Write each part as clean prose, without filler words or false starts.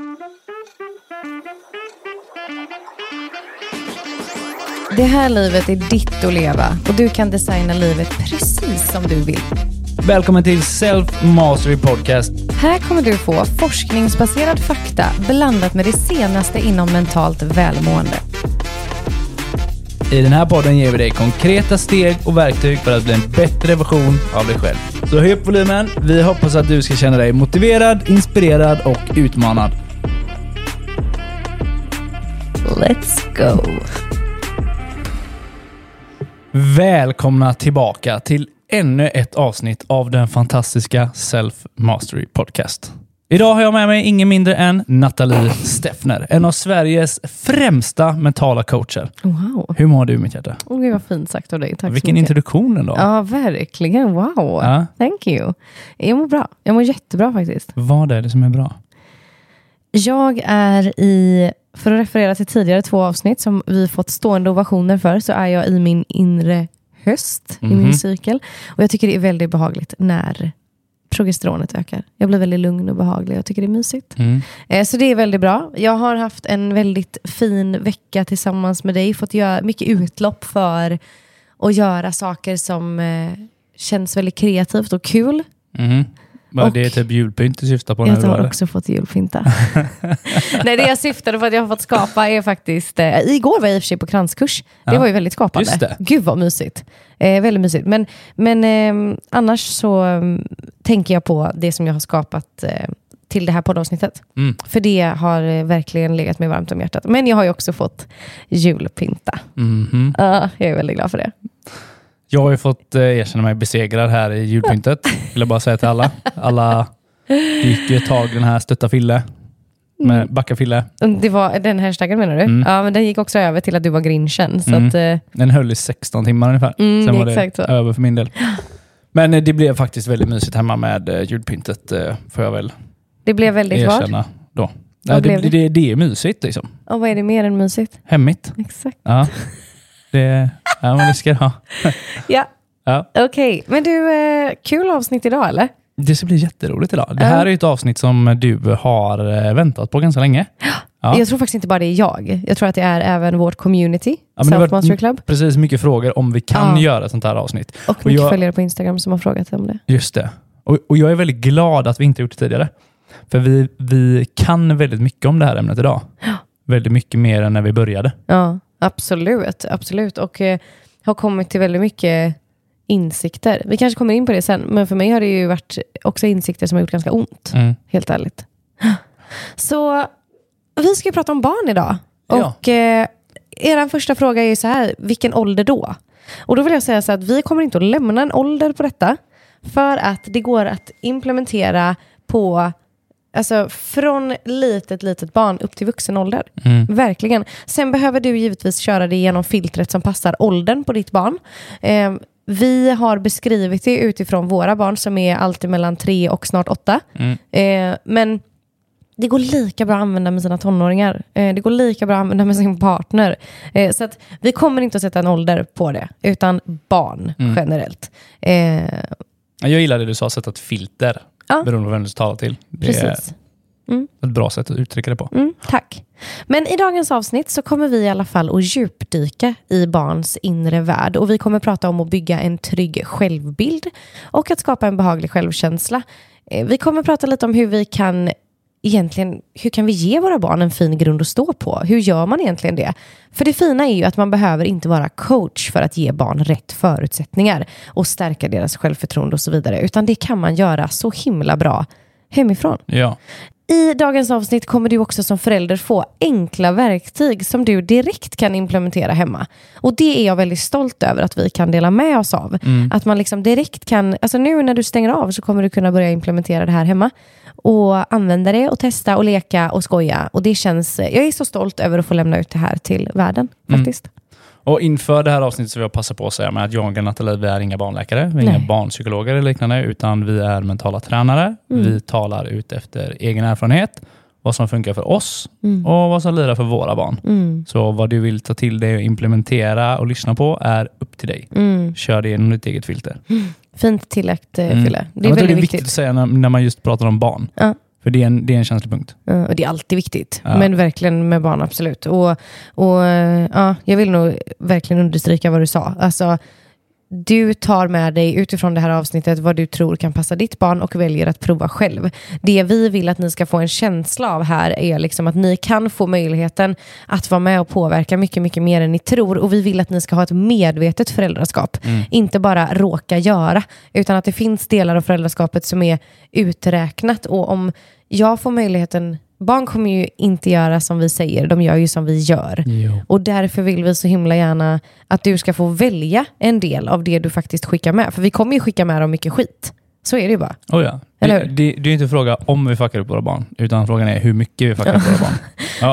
Det här livet är ditt att leva och du kan designa livet precis som du vill. Välkommen till Self Mastery Podcast. Här kommer du få forskningsbaserad fakta blandat med det senaste inom mentalt välmående. I den här podden ger vi dig konkreta steg och verktyg för att bli en bättre version av dig själv. Så höj upp volymen. Vi hoppas att du ska känna dig motiverad, inspirerad och utmanad. Let's go! Välkomna tillbaka till ännu ett avsnitt av den fantastiska Self Mastery Podcast. Idag har jag med mig ingen mindre än Nathalie Steffner, en av Sveriges främsta mentala coacher. Wow. Hur mår du, mitt hjärta? Gud vad fint sagt av dig. Tack Vilken så mycket. introduktion ändå. Ja, verkligen. Wow. Ja. Thank you. Jag mår bra. Jag mår jättebra faktiskt. Vad är det som är bra? Jag är för att referera till tidigare 2 avsnitt som vi fått stående ovationer för, så är jag i min inre höst, i min cykel. Och jag tycker det är väldigt behagligt när progesteronet ökar. Jag blir väldigt lugn och behaglig. Jag tycker det är mysigt. Så det är väldigt bra. Jag har haft en väldigt fin vecka tillsammans med dig. Fått göra mycket utlopp för att göra saker som känns väldigt kreativt och kul. Det är typ julpynt du syftar på nu? Jag har också fått julpynta. Nej, det jag syftade på att jag har fått skapa är faktiskt... igår var jag i och för sig på kranskurs. Det var ju väldigt skapande. Just det. Gud vad mysigt. Väldigt mysigt. Men annars så tänker jag på det som jag har skapat till det här poddavsnittet. För det har verkligen legat mig varmt om hjärtat. Men jag har ju också fått julpynta. Jag är väldigt glad för det. Jag har ju fått erkänna mig besegrad här i julpyntet. Vill jag bara säga till alla. Alla gick ju ett tag den här stötta Fille. Med backa Fille. Det var den hashtaggen, menar du? Ja, men den gick också över till att du var grinchen. Så att, den höll i 16 timmar ungefär. Sen var det så. över för min del. Men det blev faktiskt väldigt mysigt hemma med julpyntet. Får jag väl det blev väldigt erkänna då. Det är mysigt liksom. Och vad är det mer än mysigt? Hemmigt. Exakt. Ja. Men det ska jag ha. Ja. Ja. Okej. Men du, kul avsnitt idag, eller? Det ska bli jätteroligt idag. Det här är ett avsnitt som du har väntat på ganska länge. Ja. Jag tror faktiskt inte bara det är jag. Jag tror att det är även vårt community. Self Mastery Club. Precis, mycket frågor om vi kan göra ett sånt här avsnitt. Och mycket följare på Instagram som har frågat om det. Just det. Och jag är väldigt glad att vi inte gjort det tidigare. För vi kan väldigt mycket om det här ämnet idag. Ja. Väldigt mycket mer än när vi började. Ja, absolut. Och har kommit till väldigt mycket insikter. Vi kanske kommer in på det sen. Men för mig har det ju varit också insikter som har gjort ganska ont. Helt ärligt. Så vi ska ju prata om barn idag. Och er första fråga är ju så här: vilken ålder då? Och då vill jag säga så att vi kommer inte att lämna en ålder på detta. För att det går att implementera på... Alltså från litet barn upp till vuxen ålder. Verkligen. Sen behöver du givetvis köra det genom filtret som passar åldern på ditt barn. Vi har beskrivit det utifrån våra barn som är alltid mellan 3 och snart 8. Men det går lika bra att använda med sina tonåringar. Det går lika bra att använda med sin partner. Så att vi kommer inte att sätta en ålder på det. Utan barn generellt. Jag gillar det du sa, sätta ett filter. Beroende på vem du talar till. Det är ett bra sätt att uttrycka det på. Tack. Men i dagens avsnitt så kommer vi i alla fall att djupdyka i barns inre värld. Och vi kommer prata om att bygga en trygg självbild. Och att skapa en behaglig självkänsla. Vi kommer prata lite om hur vi kan... hur kan vi ge våra barn en fin grund att stå på? Hur gör man egentligen det? För det fina är ju att man behöver inte vara coach för att ge barn rätt förutsättningar och stärka deras självförtroende och så vidare. Utan det kan man göra så himla bra hemifrån. Ja. I dagens avsnitt kommer du också som förälder få enkla verktyg som du direkt kan implementera hemma. Och det är jag väldigt stolt över att vi kan dela med oss av. Att man liksom direkt kan, alltså nu när du stänger av så kommer du kunna börja implementera det här hemma. Och använda det och testa och leka och skoja. Och det känns, jag är så stolt över att få lämna ut det här till världen faktiskt. Och inför det här avsnittet så vill jag passa på att säga med att jag och Nathalie, vi är inga barnläkare, vi är inga barnpsykologer eller liknande, utan vi är mentala tränare. Vi talar ut efter egen erfarenhet, vad som funkar för oss och vad som lirar för våra barn. Så vad du vill ta till dig och implementera och lyssna på är upp till dig. Kör det genom ditt eget filter. Fint tillagt, Fille. Det är väldigt viktigt att säga när man just pratar om barn. För det är en känslig punkt. Och det är alltid viktigt. Men verkligen med barn, absolut. Och jag vill nog verkligen understryka vad du sa. Alltså, du tar med dig utifrån det här avsnittet vad du tror kan passa ditt barn och väljer att prova själv. Det vi vill att ni ska få en känsla av här är liksom att ni kan få möjligheten att vara med och påverka mycket, mycket mer än ni tror. Och vi vill att ni ska ha ett medvetet föräldraskap. Inte bara råka göra, utan att det finns delar av föräldraskapet som är uträknat. Och om jag får möjligheten... Barn kommer ju inte göra som vi säger, de gör ju som vi gör. Jo. Och därför vill vi så himla gärna att du ska få välja en del av det du faktiskt skickar med. För vi kommer ju skicka med dem mycket skit. Så är det ju bara. Oh ja. Det är ju inte fråga om vi fuckar upp våra barn, utan frågan är hur mycket vi fuckar upp våra barn.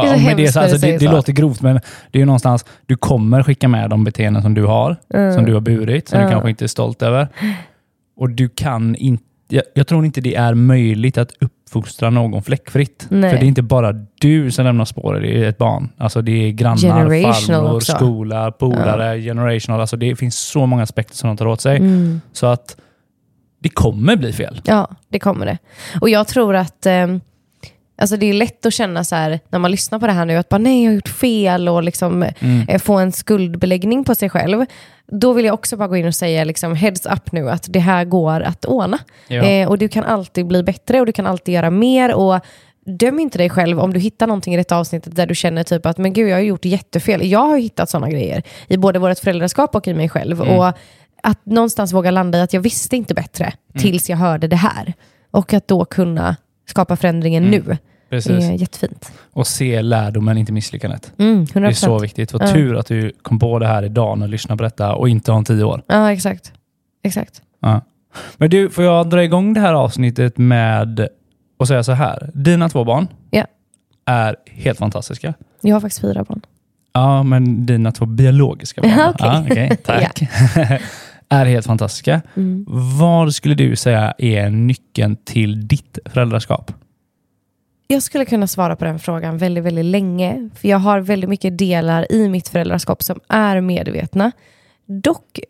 Det låter grovt, men det är ju någonstans, du kommer skicka med de beteenden som du har, som du har burit, som du kanske inte är stolt över. Och du kan inte, jag tror inte det är möjligt att uppfostra någon fläckfritt. Nej. För det är inte bara du som lämnar spår, det är ett barn. Alltså det är grannar, farmor, skola, polare, generational. Alltså det finns så många aspekter som de tar åt sig. Så att det kommer bli fel. Ja, det kommer det. Och jag tror att alltså det är lätt att känna så här när man lyssnar på det här nu att bara nej, jag har gjort fel och liksom få en skuldbeläggning på sig själv. Då vill jag också bara gå in och säga liksom heads up nu att det här går att ordna. Ja. Och du kan alltid bli bättre och du kan alltid göra mer och döm inte dig själv om du hittar någonting i detta avsnittet där du känner typ att men gud, jag har gjort jättefel. Jag har hittat sådana grejer i både vårt föräldraskap och i mig själv. Och att någonstans våga landa i att jag visste inte bättre tills jag hörde det här. Och att då kunna skapa förändringen nu. Precis. Det är jättefint. Och se lärdomen, inte misslyckandet. 100%. Det är så viktigt. Vad tur att du kom på det här idag och lyssnar på detta och inte om 10 år. Ja, exakt. Ja. Men du, får jag dra igång det här avsnittet med att säga så här. Dina 2 barn är helt fantastiska. Jag har faktiskt 4 barn. Ja, men dina 2 biologiska barn. Okay, tack. Är helt fantastiska. Vad skulle du säga är nyckeln till ditt föräldraskap? Jag skulle kunna svara på den frågan väldigt, väldigt länge. För jag har väldigt mycket delar i mitt föräldraskap som är medvetna. Dock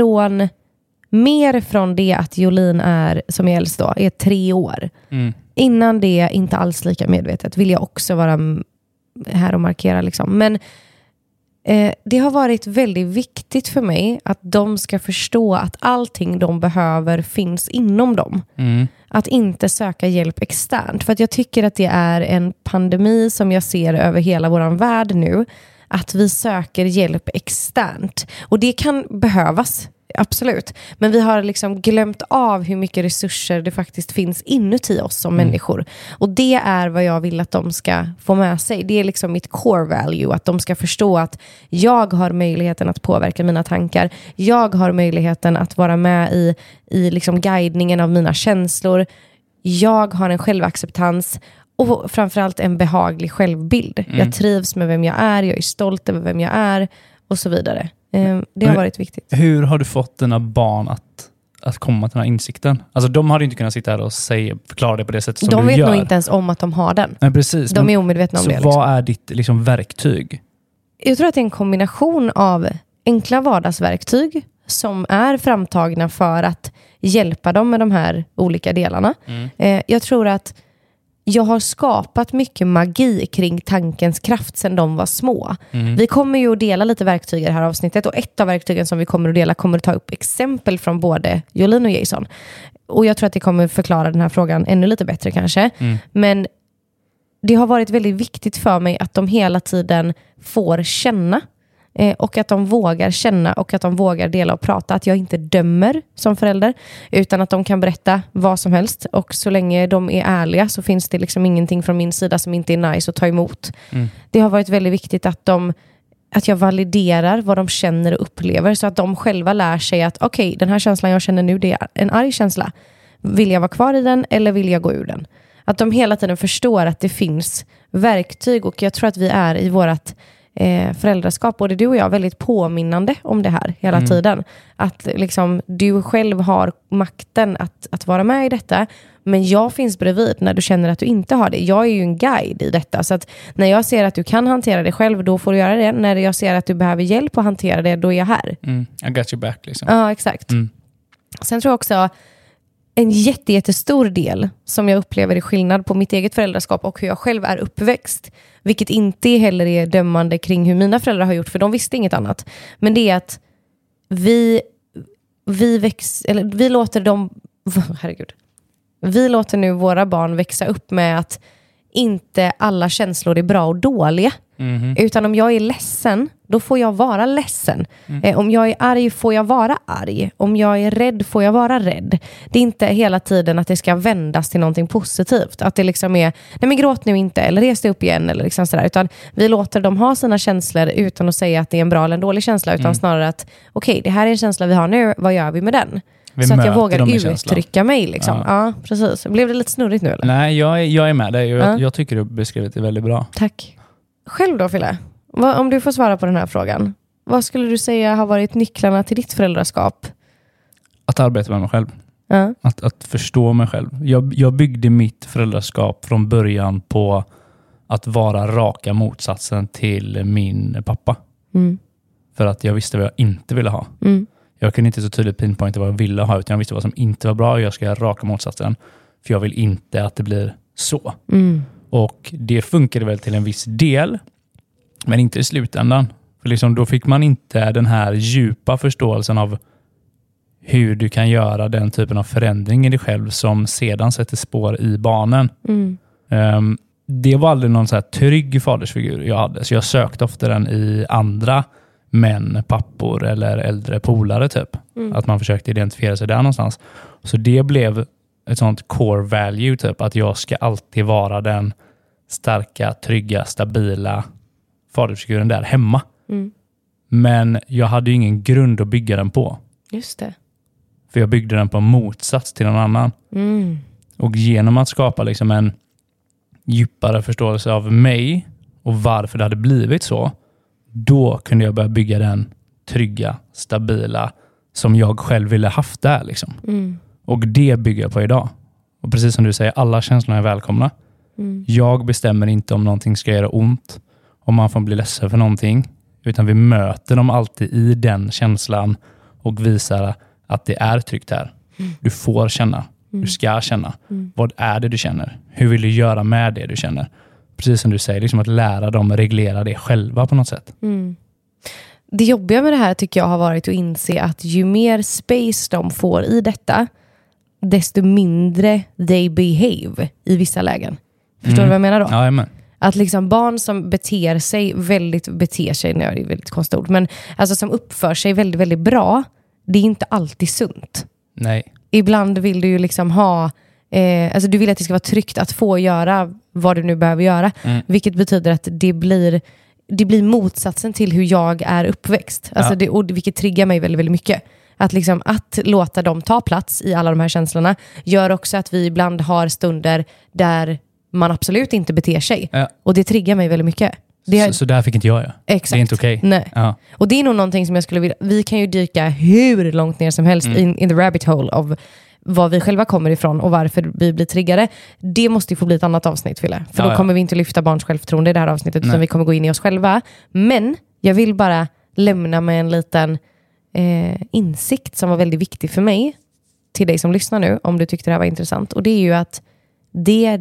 mer från det att Jolin är, som är äldst då, är 3 år. Innan det inte alls lika medvetet vill jag också vara här och markera. Liksom. Men det har varit väldigt viktigt för mig att de ska förstå att allting de behöver finns inom dem. Att inte söka hjälp externt. För att jag tycker att det är en pandemi som jag ser över hela våran värld nu. Att vi söker hjälp externt. Och det kan behövas, absolut. Men vi har liksom glömt av hur mycket resurser det faktiskt finns inuti oss som människor. Och det är vad jag vill att de ska få med sig. Det är liksom mitt core value. Att de ska förstå att jag har möjligheten att påverka mina tankar. Jag har möjligheten att vara med i liksom guidningen av mina känslor. Jag har en självacceptans. Och framförallt en behaglig självbild. Jag trivs med vem jag är stolt över vem jag är och så vidare. Det har varit viktigt. Hur har du fått dina barn att komma till den här insikten? Alltså de hade inte kunnat sitta här och förklara det på det sättet som du gör. De vet nog inte ens om att de har den. Nej, precis. De är omedvetna om det. Så vad är ditt liksom, verktyg? Jag tror att det är en kombination av enkla vardagsverktyg som är framtagna för att hjälpa dem med de här olika delarna. Jag tror att jag har skapat mycket magi kring tankens kraft sedan de var små. Vi kommer ju att dela lite verktyg i det här avsnittet. Och ett av verktygen som vi kommer att dela kommer att ta upp exempel från både Jolin och Jason. Och jag tror att det kommer förklara den här frågan ännu lite bättre kanske. Men det har varit väldigt viktigt för mig att de hela tiden får känna. Och att de vågar känna och att de vågar dela och prata. Att jag inte dömer som förälder. Utan att de kan berätta vad som helst. Och så länge de är ärliga så finns det liksom ingenting från min sida som inte är nice att ta emot. Det har varit väldigt viktigt att jag validerar vad de känner och upplever. Så att de själva lär sig att okej, den här känslan jag känner nu, det är en arg känsla. Vill jag vara kvar i den eller vill jag gå ur den? Att de hela tiden förstår att det finns verktyg. Och jag tror att vi är i vårat föräldraskap, både du och jag, väldigt påminnande om det här hela tiden. Att liksom, du själv har makten att vara med i detta, men jag finns bredvid när du känner att du inte har det. Jag är ju en guide i detta, så att när jag ser att du kan hantera det själv, då får du göra det. När jag ser att du behöver hjälp att hantera det, då är jag här. I got your back liksom. Ja, exakt. Sen tror jag också en jättestor del som jag upplever är skillnad på mitt eget föräldraskap och hur jag själv är uppväxt. Vilket inte heller är dömande kring hur mina föräldrar har gjort, för de visste inget annat. Men det är att vi låter dem... Herregud. Vi låter nu våra barn växa upp med att inte alla känslor är bra och dåliga. Utan om jag är ledsen, då får jag vara ledsen. Om jag är arg får jag vara arg. Om jag är rädd får jag vara rädd. Det är inte hela tiden att det ska vändas till någonting positivt. Att det liksom är, nej men gråt nu inte, eller res dig upp igen, eller liksom sådär. Utan vi låter dem ha sina känslor utan att säga att det är en bra eller en dålig känsla. Utan snarare att, okej, det här är en känsla vi har nu, vad gör vi med den? Så att jag vågar uttrycka mig. Liksom. Ja, precis. Blev det lite snurrigt nu? Eller? Nej, jag är med dig. Jag tycker du beskrivit det väldigt bra. Tack. Själv då, Fille? Om du får svara på den här frågan. Vad skulle du säga har varit nycklarna till ditt föräldraskap? Att arbeta med mig själv. Att förstå mig själv. Jag byggde mitt föräldraskap från början på att vara raka motsatsen till min pappa. För att jag visste vad jag inte ville ha. Jag kunde inte så tydligt pinpointa vad jag ville ha, utan jag visste vad som inte var bra och jag ska göra raka motsatsen. För jag vill inte att det blir så. Och det funkade väl till en viss del, men inte i slutändan. För liksom, då fick man inte den här djupa förståelsen av hur du kan göra den typen av förändring i dig själv som sedan sätter spår i barnen. Det var aldrig någon så här trygg fadersfigur jag hade. Så jag sökte ofta den i andra män, pappor eller äldre polare typ. Att man försökte identifiera sig där någonstans. Så det blev ett sånt core value typ, att jag ska alltid vara den starka, trygga, stabila fadersfiguren där hemma. Men jag hade ju ingen grund att bygga den på. Just det. För jag byggde den på motsats till någon annan. Och genom att skapa liksom en djupare förståelse av mig och varför det hade blivit så, då kunde jag börja bygga den trygga, stabila som jag själv ville haft där liksom. Och det bygger jag på idag. Och precis som du säger, alla känslor är välkomna. Jag bestämmer inte om någonting ska göra ont, om man får bli ledsen för någonting, utan vi möter dem alltid i den känslan och visar att det är tryggt här. Du får känna, du ska känna. Vad är det du känner? Hur vill du göra med det du känner? Precis som du säger, liksom att lära dem reglera det själva på något sätt. Det jobbiga med det här tycker jag har varit att inse att ju mer space de får i detta, desto mindre they behave i vissa lägen. Förstår du vad jag menar då? Ja, men. Att liksom barn som beter sig, det är väldigt konstigt ord, men alltså som uppför sig väldigt, väldigt bra, det är inte alltid sunt. Nej. Ibland vill du ju liksom ha, alltså du vill att det ska vara tryggt att få göra vad du nu behöver göra. Vilket betyder att det blir motsatsen till hur jag är uppväxt. Alltså och vilket triggar mig väldigt, väldigt mycket. Att låta dem ta plats i alla de här känslorna gör också att vi ibland har stunder där man absolut inte beter sig. Och det triggar mig väldigt mycket. Så där fick inte jag göra. Exakt. Det är inte okej. Nej. Ja. Och det är nog någonting som jag skulle vilja... Vi kan ju dyka hur långt ner som helst in the rabbit hole av var vi själva kommer ifrån och varför vi blir triggade. Det måste ju få bli ett annat avsnitt, Fille. För då kommer vi inte lyfta barns självförtroende i det här avsnittet, utan vi kommer gå in i oss själva. Men jag vill bara lämna med en liten insikt som var väldigt viktig för mig till dig som lyssnar nu, om du tyckte det här var intressant. Och det är ju att det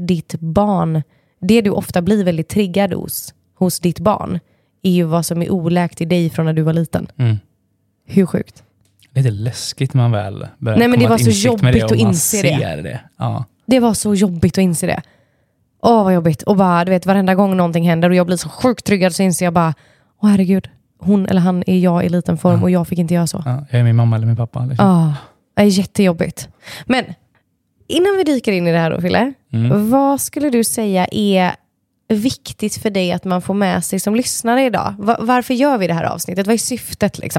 du ofta blir väldigt triggad hos ditt barn är ju vad som är oläkt i dig från när du var liten. Hur sjukt? Lite läskigt man väl börjar. Nej, men det var så jobbigt att inse det. Ja. Det var så jobbigt att inse det. Vad jobbigt. Och bara, du vet, varenda gång någonting händer och jag blir så sjukt triggad, så inser jag bara, herregud, hon eller han är jag i liten form och jag fick inte göra så. Ja, jag är min mamma eller min pappa. Liksom. Det är jättejobbigt. Men innan vi dyker in i det här då, Fille, vad skulle du säga är viktigt för dig att man får med sig som lyssnare idag? Varför gör vi det här avsnittet? Vad är syftet liksom?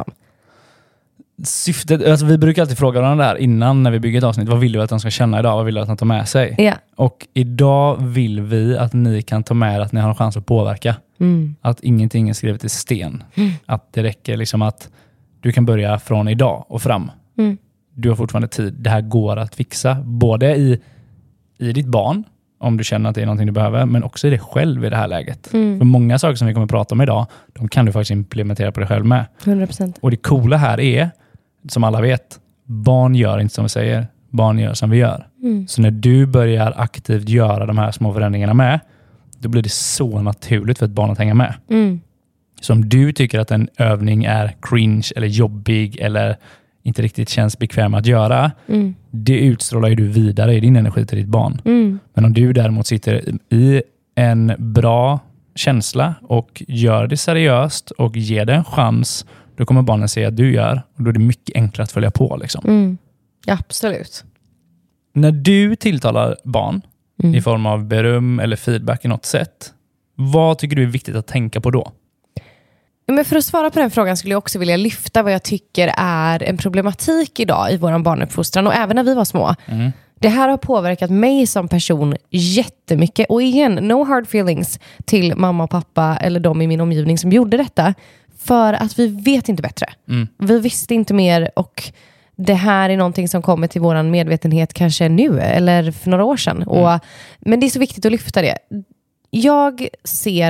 Syftet, alltså vi brukar alltid fråga varandra där innan när vi bygger ett avsnitt. Vad vill du att de ska känna idag? Vad vill du att de tar med sig? Yeah. Och idag vill vi att ni kan ta med att ni har en chans att påverka. Att ingenting är skrivet i sten. Att det räcker liksom att du kan börja från idag och fram. Du har fortfarande tid. Det här går att fixa. Både i ditt barn, om du känner att det är någonting du behöver, men också i dig själv i det här läget. För många saker som vi kommer att prata om idag, de kan du faktiskt implementera på dig själv med. 100%. Och det coola här är, som alla vet, barn gör inte som vi säger. barn gör som vi gör. Så när du börjar aktivt göra de här små förändringarna med, då blir det så naturligt för ett barn att hänga med. Så om du tycker att en övning är cringe eller jobbig eller inte riktigt känns bekväm att göra, det utstrålar ju du vidare i din energi till ditt barn. Men om du däremot sitter i en bra känsla och gör det seriöst och ger det en chans, då kommer barnen se att du gör, och då är det mycket enklare att följa på. Liksom. Ja, absolut. När du tilltalar barn i form av beröm eller feedback i något sätt, vad tycker du är viktigt att tänka på då? Men för att svara på den frågan skulle jag också vilja lyfta vad jag tycker är en problematik idag i vår barnuppfostran och även när vi var små. Det här har påverkat mig som person jättemycket. Och igen, no hard feelings till mamma och pappa eller de i min omgivning som gjorde detta. För att vi vet inte bättre. Vi visste inte mer, och det här är någonting som kommer till våran medvetenhet kanske nu eller för några år sedan. Men det är så viktigt att lyfta det. Vi ser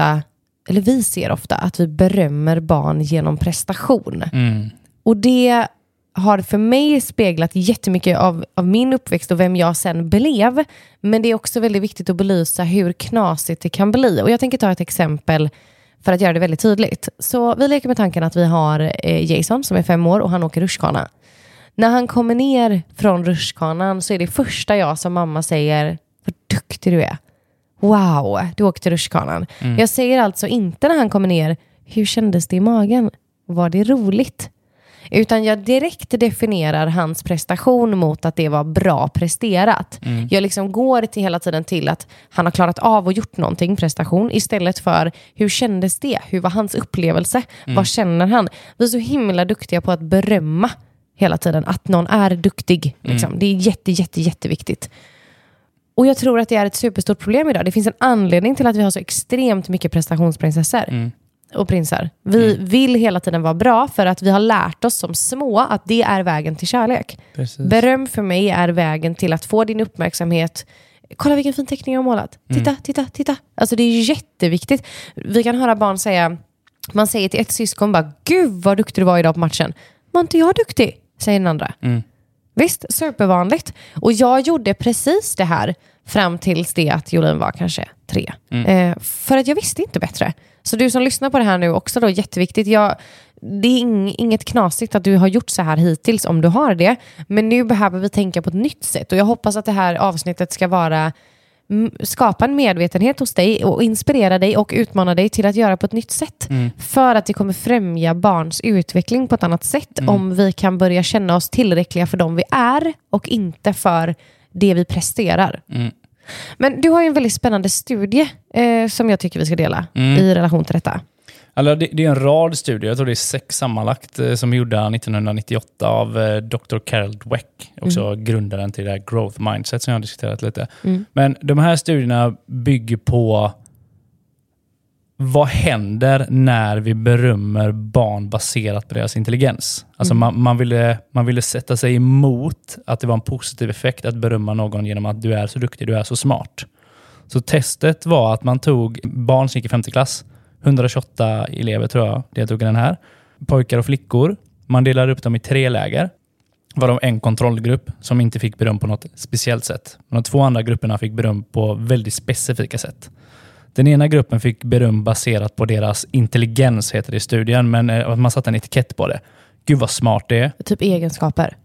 ofta att vi berömmer barn genom prestation. Och det har för mig speglat jättemycket av min uppväxt och vem jag sen blev. Men det är också väldigt viktigt att belysa hur knasigt det kan bli. Och jag tänker ta ett exempel för att göra det väldigt tydligt. Så vi leker med tanken att vi har Jason som är 5 år och han åker rutschkana. När han kommer ner från rutschkanan så är det första jag som mamma säger: vad duktig du är. Wow, du åkte rutschkanan. Jag säger alltså inte när han kommer ner: hur kändes det i magen? Var det roligt? Utan jag direkt definierar hans prestation mot att det var bra presterat. Jag liksom går till hela tiden till att han har klarat av och gjort någonting, prestation, istället för hur kändes det? Hur var hans upplevelse? Vad känner han? Vi är så himla duktiga på att berömma hela tiden att någon är duktig. Liksom. Det är jätteviktigt. Och jag tror att det är ett superstort problem idag. Det finns en anledning till att vi har så extremt mycket prestationsprinsessor och prinsar. Vi vill hela tiden vara bra för att vi har lärt oss som små att det är vägen till kärlek. Precis. Beröm för mig är vägen till att få din uppmärksamhet. Kolla vilken fin teckning jag har målat. Titta. Alltså det är jätteviktigt. Vi kan höra barn säga, man säger till ett syskon bara: gud vad duktig du var idag på matchen. Var inte jag duktig? Säger den andra. Visst, supervanligt. Och jag gjorde precis det här fram tills det att Jolin var kanske 3. För att jag visste inte bättre. Så du som lyssnar på det här nu också då, jätteviktigt. Det är inget knasigt att du har gjort så här hittills om du har det. Men nu behöver vi tänka på ett nytt sätt. Och jag hoppas att det här avsnittet ska skapa en medvetenhet hos dig och inspirera dig och utmana dig till att göra på ett nytt sätt. För att det kommer främja barns utveckling på ett annat sätt om vi kan börja känna oss tillräckliga för dem vi är och inte för det vi presterar. Men du har ju en väldigt spännande studie som jag tycker vi ska dela i relation till detta. Alltså det är en rad studier, jag tror det är 6 sammanlagt, som är gjorda 1998 av Dr. Carol Dweck, också grundaren till det här growth mindset som jag har diskuterat lite. Men de här studierna bygger på vad händer när vi berömmer barn baserat på deras intelligens. Alltså man ville sätta sig emot att det var en positiv effekt att berömma någon genom att du är så duktig, du är så smart. Så testet var att man tog barn som gick i 5:e klass, 128 elever tror jag deltog i den här, pojkar och flickor. Man delade upp dem i 3 läger. Var de en kontrollgrupp som inte fick beröm på något speciellt sätt. Men de 2 andra grupperna fick beröm på väldigt specifika sätt. Den ena gruppen fick beröm baserat på deras intelligens, heter det i studien, men man satte en etikett på det. Gud vad smart det är. Typ egenskaper?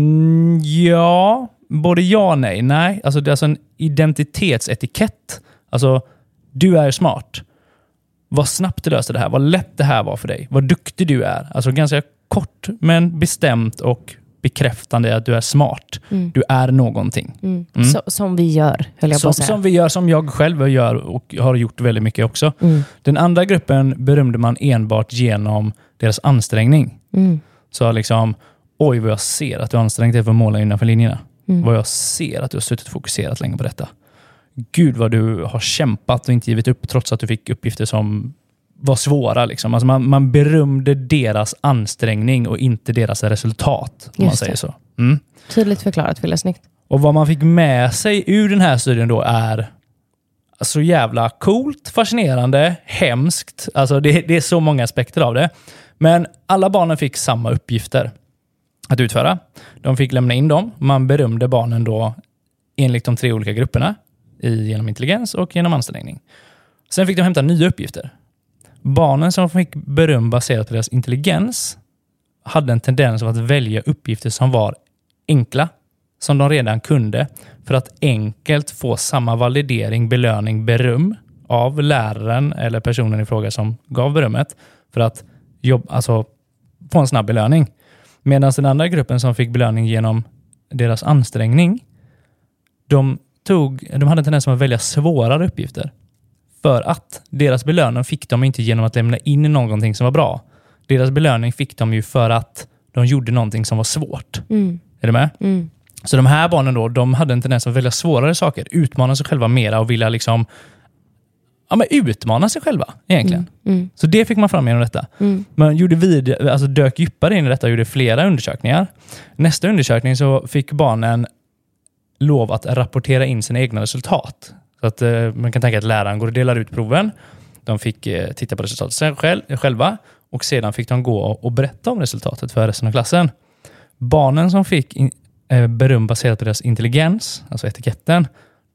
Ja, både ja och nej. Nej, alltså det är alltså en identitetsetikett. Alltså, du är smart. Vad snabbt du löste det här. Vad lätt det här var för dig. Vad duktig du är. Alltså ganska kort men bestämt och bekräftande att du är smart. Du är någonting. Som vi gör, höll jag på att säga. Som vi gör, som jag själv gör och har gjort väldigt mycket också. Den andra gruppen berömde man enbart genom deras ansträngning. Så liksom, oj vad jag ser att du har ansträngt dig för att måla innanför linjerna. Vad jag ser att du har suttit fokuserat länge på detta. Gud vad du har kämpat och inte givit upp trots att du fick uppgifter som var svåra. Liksom. Alltså man berömde deras ansträngning och inte deras resultat. Om man säger så. Tydligt förklarat, väldigt snyggt. Och vad man fick med sig ur den här studien då är så jävla coolt, fascinerande, hemskt. Alltså det är så många aspekter av det. Men alla barnen fick samma uppgifter. att utföra. De fick lämna in dem. Man berömde barnen då enligt de 3 olika grupperna genom intelligens och genom ansträngning. Sen fick de hämta nya uppgifter. Barnen som fick beröm baserat på deras intelligens hade en tendens att välja uppgifter som var enkla, som de redan kunde, för att enkelt få samma validering, belöning, beröm av läraren eller personen i fråga som gav berömmet, för att få en snabb belöning. Medan den andra gruppen som fick belöning genom deras ansträngning, de hade en tendens att välja svårare uppgifter. För att deras belöning fick de inte genom att lämna in någonting som var bra. Deras belöning fick de ju för att de gjorde någonting som var svårt. Är du med? Så de här barnen då, de hade en tendens att välja svårare saker. Utmana sig själva mera och vilja utmana sig själva egentligen. Så det fick man fram genom detta. Man dök djupare in i detta och gjorde flera undersökningar. Nästa undersökning så fick barnen lov att rapportera in sina egna resultat. Så att man kan tänka att läraren går och delar ut proven. De fick titta på resultatet själva och sedan fick de gå och berätta om resultatet för resten av klassen. Barnen som fick beröm baserat på deras intelligens, alltså etiketten,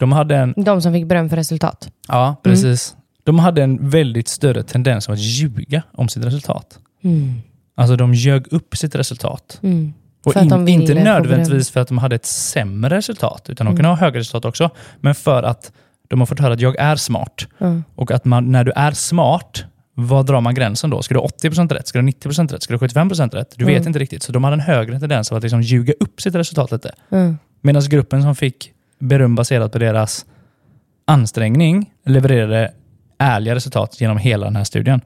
de som fick beröm för resultat. Ja, precis. De hade en väldigt större tendens att ljuga om sitt resultat. Alltså de ljög upp sitt resultat. Och inte nödvändigtvis för att de hade ett sämre resultat, utan de kunde ha högre resultat också, men för att de har fått höra att jag är smart. Och att när du är smart, vad drar man gränsen då? Ska du ha 80% rätt? Ska du ha 90% rätt? Ska du ha 75% rätt? Du vet inte riktigt. Så de hade en högre tendens att liksom ljuga upp sitt resultat lite. Medan gruppen som fick beröm baserat på deras ansträngning levererade ärliga resultat genom hela den här studien.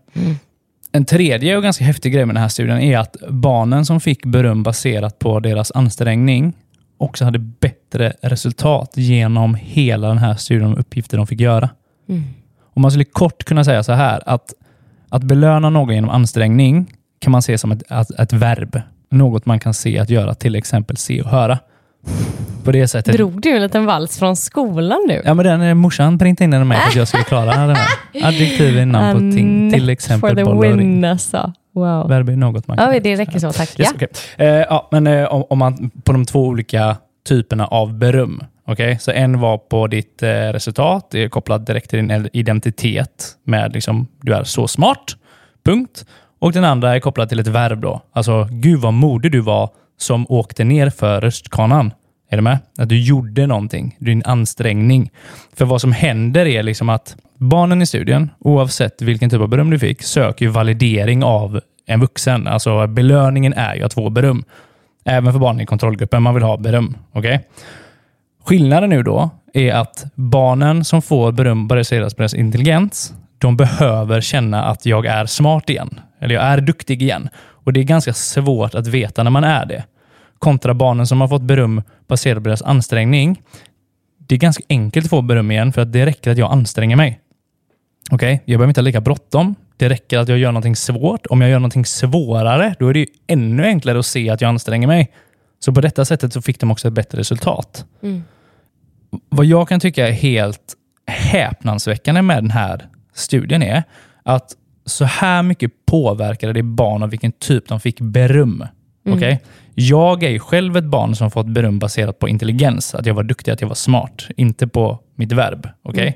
En tredje och ganska häftig grej med den här studien är att barnen som fick beröm baserat på deras ansträngning också hade bättre resultat genom hela den här studien om uppgifter de fick göra. Och man skulle kort kunna säga så här, att belöna någon genom ansträngning kan man se som ett verb. Något man kan se att göra, till exempel se och höra. På det sättet. Drog du en liten vals från skolan nu? Ja, men den morsan printade in den med för att jag skulle klara den här. Adjektiv innan på ting, till exempel boll och ring. Wow. Verb är något man kan. Ja, det räcker så, tack. Yes, okay. Men om man på de 2 olika typerna av beröm. Okay? Så en var på ditt resultat, det är kopplat direkt till din identitet med liksom, du är så smart, punkt. Och den andra är kopplad till ett verb då. Alltså, gud vad modig du var som åkte ner för röstkanan. Är du med? Att du gjorde någonting, din ansträngning. För vad som händer är liksom att barnen i studien, oavsett vilken typ av beröm du fick, söker validering av en vuxen. Alltså belöningen är ju att få beröm. Även för barnen i kontrollgruppen, man vill ha beröm. Okay? Skillnaden nu då är att barnen som får beröm baserat på deras intelligens, de behöver känna att jag är smart igen. Eller jag är duktig igen. Och det är ganska svårt att veta när man är det. Kontra barnen som har fått beröm baserat på deras ansträngning. Det är ganska enkelt att få beröm igen för att det räcker att jag anstränger mig. Okej, jag behöver inte ha lika bråttom. Det räcker att jag gör någonting svårt. Om jag gör någonting svårare, då är det ju ännu enklare att se att jag anstränger mig. Så på detta sättet så fick de också ett bättre resultat. Vad jag kan tycka är helt häpnadsväckande med den här studien är att så här mycket påverkade det barn av vilken typ de fick beröm. Okay? Jag är ju själv ett barn som fått beröm baserat på intelligens. Att jag var duktig, att jag var smart. Inte på mitt verb. Okay?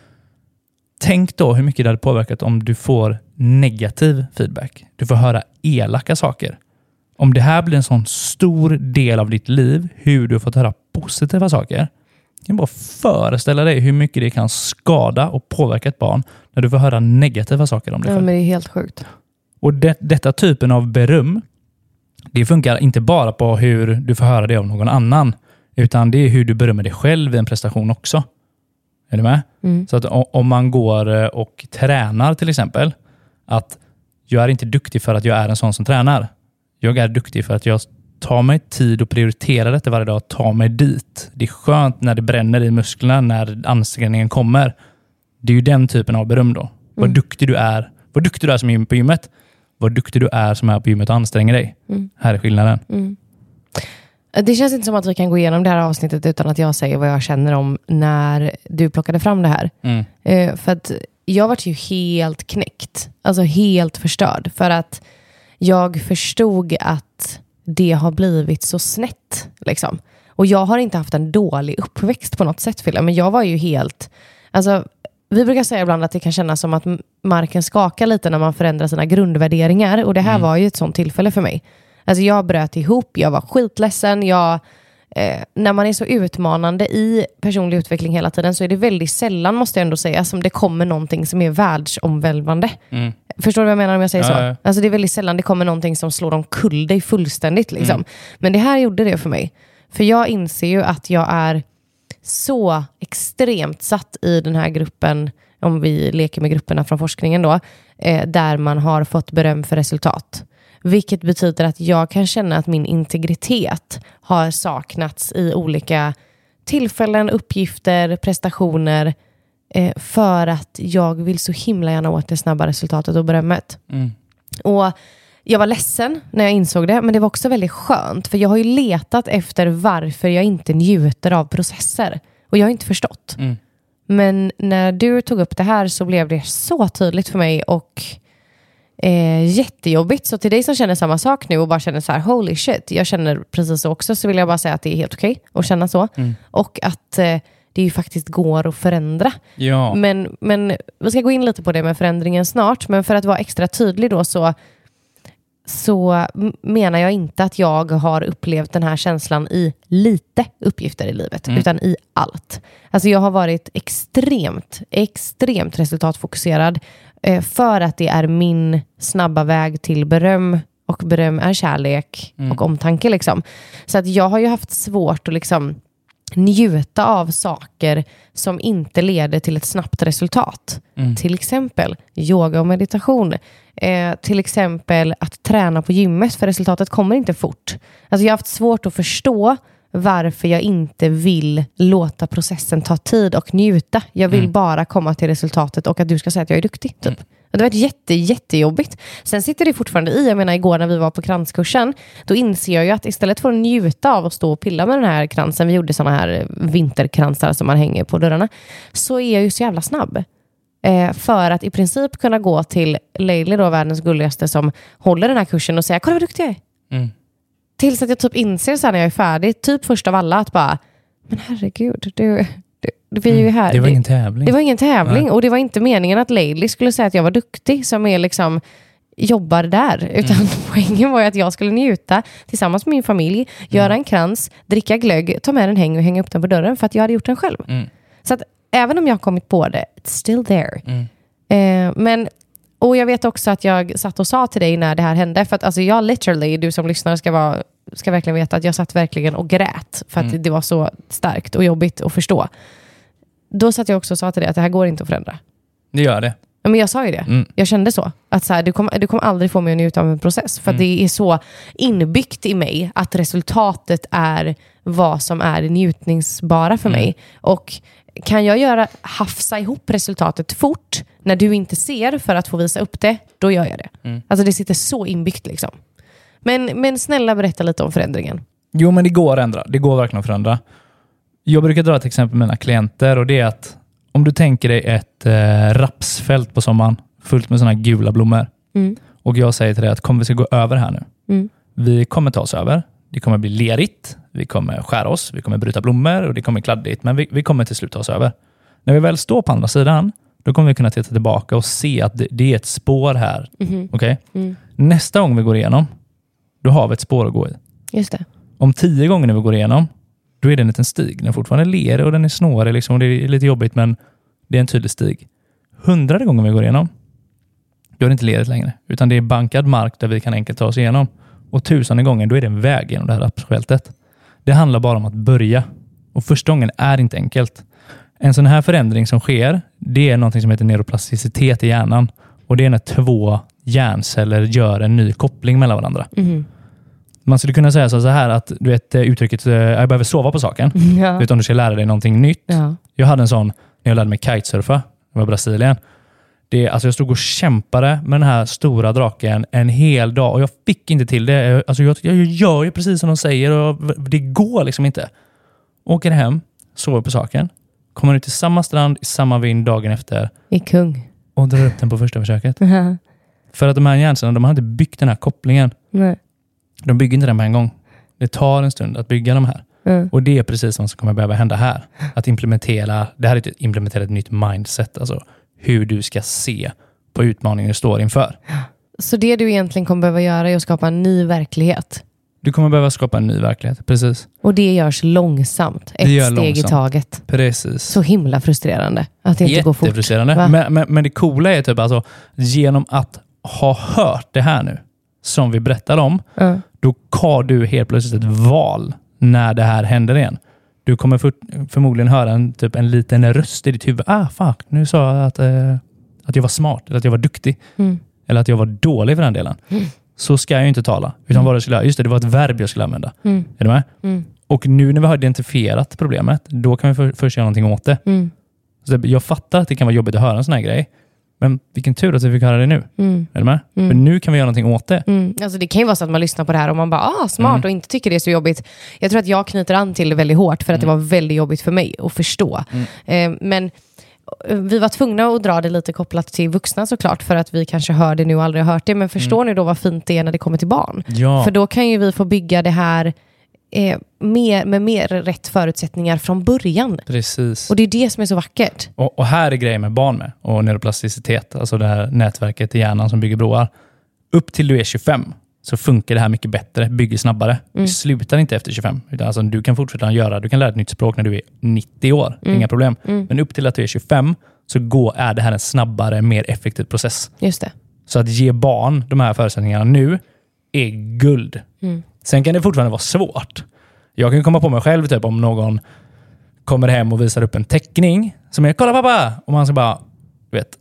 Tänk då hur mycket det hade påverkat om du får negativ feedback. Du får höra elaka saker. Om det här blir en sån stor del av ditt liv, hur du har fått höra positiva saker. Jag kan bara föreställa dig hur mycket det kan skada och påverka ett barn när du får höra negativa saker om dig själv. Ja, men det är helt sjukt. Och detta typen av beröm, det funkar inte bara på hur du får höra det av någon annan, utan det är hur du berömmer dig själv i en prestation också. Är du med? Så att om man går och tränar till exempel, att jag är inte duktig för att jag är en sån som tränar. Jag är duktig för att jag tar mig tid och prioriterar detta varje dag och tar mig dit. Det är skönt när det bränner i musklerna, när ansträngningen kommer. Det är ju den typen av beröm då. Vad duktig du är. Vad duktig du är som är på gymmet. Vad duktig du är som är på gymmet och anstränger dig. Här är skillnaden. Det känns inte som att vi kan gå igenom det här avsnittet utan att jag säger vad jag känner om när du plockade fram det här. För att jag var ju helt knäckt. Alltså helt förstörd. För att jag förstod att det har blivit så snett. Liksom. Och jag har inte haft en dålig uppväxt på något sätt, Fille. Men jag var ju helt... Alltså, vi brukar säga ibland att det kan kännas som att marken skakar lite när man förändrar sina grundvärderingar. Och det här var ju ett sånt tillfälle för mig. Alltså jag bröt ihop, jag var skitledsen. När man är så utmanande i personlig utveckling hela tiden så är det väldigt sällan, måste jag ändå säga, som det kommer någonting som är världsomvälvande. Förstår du vad jag menar om jag säger så? Ja. Alltså det är väldigt sällan det kommer någonting som slår omkull dig fullständigt. Liksom. Men det här gjorde det för mig. För jag inser ju att jag är så extremt satt i den här gruppen, om vi leker med grupperna från forskningen då, där man har fått beröm för resultat. Vilket betyder att jag kan känna att min integritet har saknats i olika tillfällen, uppgifter, prestationer, för att jag vill så himla gärna åt det snabba resultatet och berömmet. Och jag var ledsen när jag insåg det, men det var också väldigt skönt. För jag har ju letat efter varför jag inte njuter av processer. Och jag har inte förstått. Men när du tog upp det här så blev det så tydligt för mig och jättejobbigt. Så till dig som känner samma sak nu och bara känner så här, holy shit, jag känner precis så också, så vill jag bara säga att det är helt okej att känna så. Och att det ju faktiskt går att förändra. Ja. Men vi ska gå in lite på det med förändringen snart. Men för att vara extra tydlig då så menar jag inte att jag har upplevt den här känslan i lite uppgifter i livet, utan i allt. Alltså jag har varit extremt resultatfokuserad för att det är min snabba väg till beröm, och beröm är kärlek och omtanke liksom. Så att jag har ju haft svårt att liksom njuta av saker som inte leder till ett snabbt resultat. Till exempel yoga och meditation. Till exempel att träna på gymmet, för resultatet kommer inte fort. Alltså jag har haft svårt att förstå varför jag inte vill låta processen ta tid och njuta. Jag vill bara komma till resultatet och att du ska säga att jag är duktig. Typ. Och det var jättejobbigt. Sen sitter det fortfarande i. Jag menar, igår när vi var på kranskursen, då inser jag ju att istället för att njuta av att stå och pilla med den här kransen, vi gjorde såna här vinterkransar som man hänger på dörrarna, så är jag ju så jävla snabb. För att i princip kunna gå till Leili då, världens gulligaste, som håller den här kursen och säga, kolla vad duktig jag är. Tills att jag typ inser så här när jag är färdig, typ först av alla, att bara, men herregud, vi är ju här. Det var ingen tävling. Det var ingen tävling. Och det var inte meningen att Leili skulle säga att jag var duktig, som är liksom jobbar där. Utan poängen var ju att jag skulle njuta tillsammans med min familj, göra en krans, dricka glögg, ta med den häng och hänga upp den på dörren, för att jag hade gjort den själv. Så att även om jag har kommit på det, it's still there. Och jag vet också att jag satt och sa till dig när det här hände, för att alltså jag literally, du som lyssnar ska verkligen veta att jag satt verkligen och grät, för att det var så starkt och jobbigt att förstå. Då satt jag också och sa till dig att det här går inte att förändra. Det gör det. Ja, men jag sa ju det. Jag kände så. Att så här, du kommer aldrig få mig att njuta av en process. För att det är så inbyggt i mig att resultatet är vad som är njutningsbara för mig. Och kan jag hafsa ihop resultatet fort när du inte ser, för att få visa upp det, då gör jag det. Alltså det sitter så inbyggt liksom. Men snälla, berätta lite om förändringen. Jo, men det går att ändra. Det går verkligen att förändra. Jag brukar dra ett exempel med mina klienter, och det är att om du tänker dig ett rapsfält på sommaren fullt med såna gula blommor, och jag säger till dig att vi ska gå över här nu. Vi kommer ta oss över. Det kommer bli lerigt. Vi kommer skära oss. Vi kommer bryta blommor och det kommer kladdigt. Men vi kommer till slut ta oss över. När vi väl står på andra sidan, då kommer vi kunna titta tillbaka och se att det är ett spår här. Okay? Nästa gång vi går igenom, då har vi ett spår att gå i. Just det. Om 10 gånger när vi går igenom, då är det en liten stig. Den är fortfarande lerig och den är snårig. Liksom, och det är lite jobbigt, men det är en tydlig stig. 100:e gången vi går igenom, då är det inte lerigt längre. Utan det är bankad mark där vi kan enkelt ta oss igenom. Och 1000:e gången, då är det en väg genom det här rapsfältet. Det handlar bara om att börja. Och första gången är inte enkelt. En sån här förändring som sker, det är något som heter neuroplasticitet i hjärnan. Och det är när 2 hjärnceller gör en ny koppling mellan varandra. Man skulle kunna säga så här att, du vet uttrycket, jag behöver sova på saken. Du vet, om du ska lära dig någonting nytt. Jag hade en sån när jag lärde mig kitesurfa. Det var Brasilien. Alltså jag stod och kämpade med den här stora draken en hel dag och jag fick inte till det. Alltså jag gör ju precis som de säger och det går liksom inte. Åker hem, sover på saken, kommer ut till samma strand i samma vind dagen efter. I kung. Och drar upp den på första försöket. För att de här hjärncellerna, de har inte byggt den här kopplingen. Nej. De bygger inte den på en gång. Det tar en stund att bygga de här. Och det är precis vad som kommer behöva hända här. Att implementera, det här är att implementera ett nytt mindset. Alltså hur du ska se på utmaningen du står inför. Så det du egentligen kommer behöva göra är att skapa en ny verklighet. Du kommer behöva skapa en ny verklighet, precis. Och det görs långsamt. Ett steg i taget. Precis. Så himla frustrerande att det inte går fort. Jättefrustrerande. Men det coola är typ alltså, genom att ha hört det här nu, som vi berättar om, då har du helt plötsligt ett val när det här händer igen. Du kommer förmodligen höra en liten röst i ditt huvud. Nu sa jag att jag var smart, eller att jag var duktig. Eller att jag var dålig för den delen. Så ska jag ju inte tala. Utan vad det var ett verb jag skulle använda. Är du med? Och nu när vi har identifierat problemet, då kan vi först göra någonting åt det. Så jag fattar att det kan vara jobbigt att höra en sån här grej. Men vilken tur att vi fick höra det nu. Är du med? För nu kan vi göra någonting åt det. Alltså det kan ju vara så att man lyssnar på det här och man bara, smart och inte tycker det är så jobbigt. Jag tror att jag knyter an till det väldigt hårt för att det var väldigt jobbigt för mig att förstå. Men vi var tvungna att dra det lite kopplat till vuxna såklart, för att vi kanske hör det nu och aldrig har hört det. Men förstår ni då vad fint det är när det kommer till barn? Ja. För då kan ju vi få bygga det här med mer rätt förutsättningar från början. Precis. Och det är det som är så vackert. Och här är grejen med barn med. Och neuroplasticitet, alltså det här nätverket i hjärnan som bygger broar. Upp till du är 25 så funkar det här mycket bättre, bygger snabbare. Det slutar inte efter 25. Utan alltså, du kan fortsätta du kan lära ett nytt språk när du är 90 år. Inga problem. Men upp till att du är 25 så är det här en snabbare, mer effektiv process. Just det. Så att ge barn de här förutsättningarna nu är guld. Sen kan det fortfarande vara svårt. Jag kan komma på mig själv typ om någon kommer hem och visar upp en teckning som är, kolla pappa! Och man ska bara, du vet,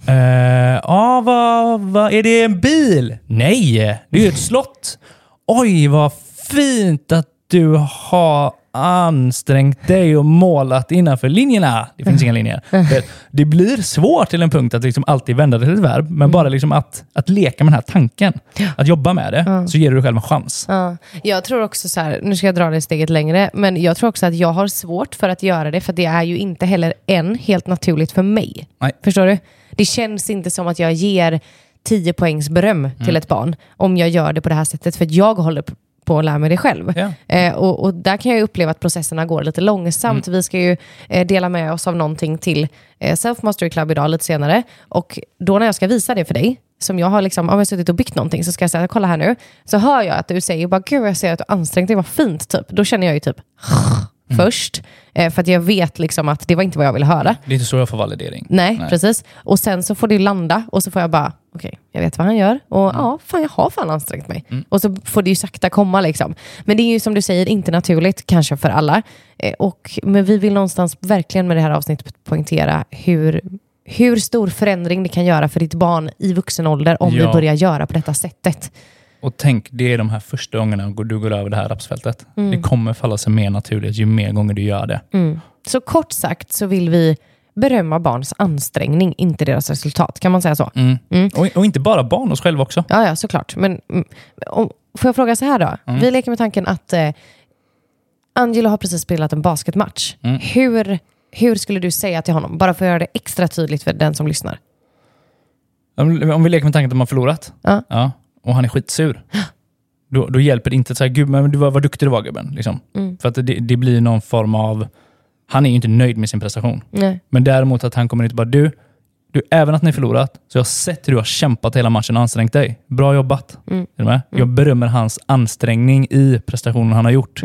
vad är det en bil? Nej, det är ju ett slott. Oj, vad fint att du har ansträngt dig och målat innanför linjerna. Det finns inga linjer. Det blir svårt till en punkt att liksom alltid vända det till ett verb, men bara liksom att leka med den här tanken, att jobba med det, så ger du dig själv en chans. Jag tror också så här, nu ska jag dra det steget längre, men jag tror också att jag har svårt för att göra det, för det är ju inte heller helt naturligt för mig. Nej. Förstår du? Det känns inte som att jag ger 10 poängs beröm till ett barn om jag gör det på det här sättet, för att jag håller på att lära mig det själv. Och där kan jag uppleva att processerna går lite långsamt. Vi ska ju dela med oss av någonting till Self Mastery Club idag lite senare. Och då när jag ska visa det för dig, som jag har liksom, om jag suttit och byggt någonting, så ska jag säga, kolla här nu. Så hör jag att du säger, bara, gud jag ser att du ansträngt dig, vad fint typ. Då känner jag ju typ först. För att jag vet liksom att det var inte vad jag ville höra. Det är inte så jag får validering. Nej, precis. Och sen så får det landa och så får jag bara, okej, jag vet vad han gör. Och jag har fan ansträngt mig. Och så får det ju sakta komma liksom. Men det är ju som du säger inte naturligt kanske för alla. Men vi vill någonstans verkligen med det här avsnittet poängtera hur stor förändring det kan göra för ditt barn i vuxen ålder om vi börjar göra på detta sättet. Och tänk, det är de här första gångerna du går över det här rapsfältet. Det kommer falla sig mer naturligt ju mer gånger du gör det. Så kort sagt så vill vi berömma barns ansträngning, inte deras resultat. Kan man säga så? Och inte bara barn, oss själva också. Ja, såklart. Men får jag fråga så här då? Vi leker med tanken att Angelo har precis spelat en basketmatch. Hur skulle du säga till honom? Bara för att göra det extra tydligt för den som lyssnar. Om vi leker med tanken att de har förlorat. Ja. Och han är skitsur. Då hjälper det inte att säga, gud, men vad duktig du var, gubben. Liksom. För att det blir någon form av, han är ju inte nöjd med sin prestation. Nej. Men däremot att han kommer inte bara, du, även att ni förlorat, så jag har sett hur du har kämpat hela matchen och ansträngt dig. Bra jobbat. Är du med? Jag berömmer hans ansträngning i prestationen han har gjort.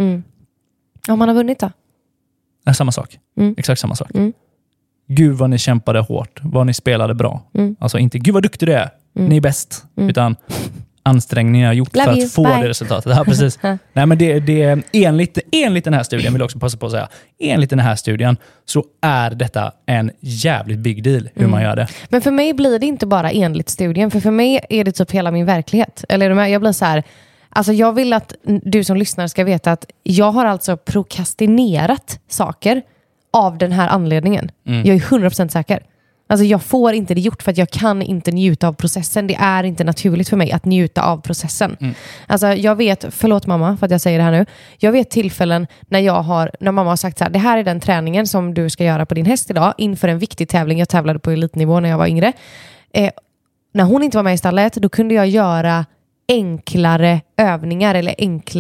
Om han har vunnit då? Ja, samma sak. Exakt samma sak. Gud vad ni kämpade hårt. Vad ni spelade bra. Alltså inte, gud vad duktig du är. Ni är bäst. Utan ansträngningen jag har gjort för att få det resultatet. Ja, precis. Nej, men det är enligt den här studien, vill jag också passa på att säga, enligt den här studien så är detta en jävligt big deal hur man gör det. Men för mig blir det inte bara enligt studien, för mig är det typ hela min verklighet. Eller jag blir så här, alltså jag vill att du som lyssnar ska veta att jag har alltså prokrastinerat saker av den här anledningen. Jag är 100% säker. Alltså jag får inte det gjort för att jag kan inte njuta av processen. Det är inte naturligt för mig att njuta av processen. Alltså jag vet, förlåt mamma för att jag säger det här nu. Jag vet tillfällen när mamma har sagt så här, det här är den träningen som du ska göra på din häst idag inför en viktig tävling. Jag tävlade på elitnivå när jag var yngre. När hon inte var med i stallet, då kunde jag göra enklare övningar eller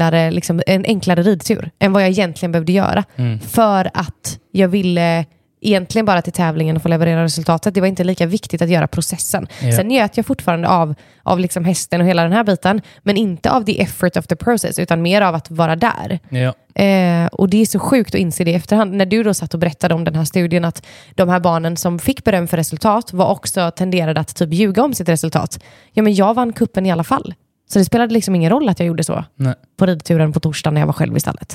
en enklare ridtur än vad jag egentligen behövde göra. För att jag ville egentligen bara till tävlingen och få leverera resultatet. Det var inte lika viktigt att göra processen. Ja. Sen njöt jag fortfarande av liksom hästen och hela den här biten, men inte av the effort of the process, utan mer av att vara där. Ja. Och det är så sjukt att inse det i efterhand. När du då satt och berättade om den här studien, att de här barnen som fick beröm för resultat var också tenderade att typ ljuga om sitt resultat. Ja, men jag vann kuppen i alla fall. Så det spelade liksom ingen roll att jag gjorde så. Nej. På ridturen på torsdagen när jag var själv i stallet.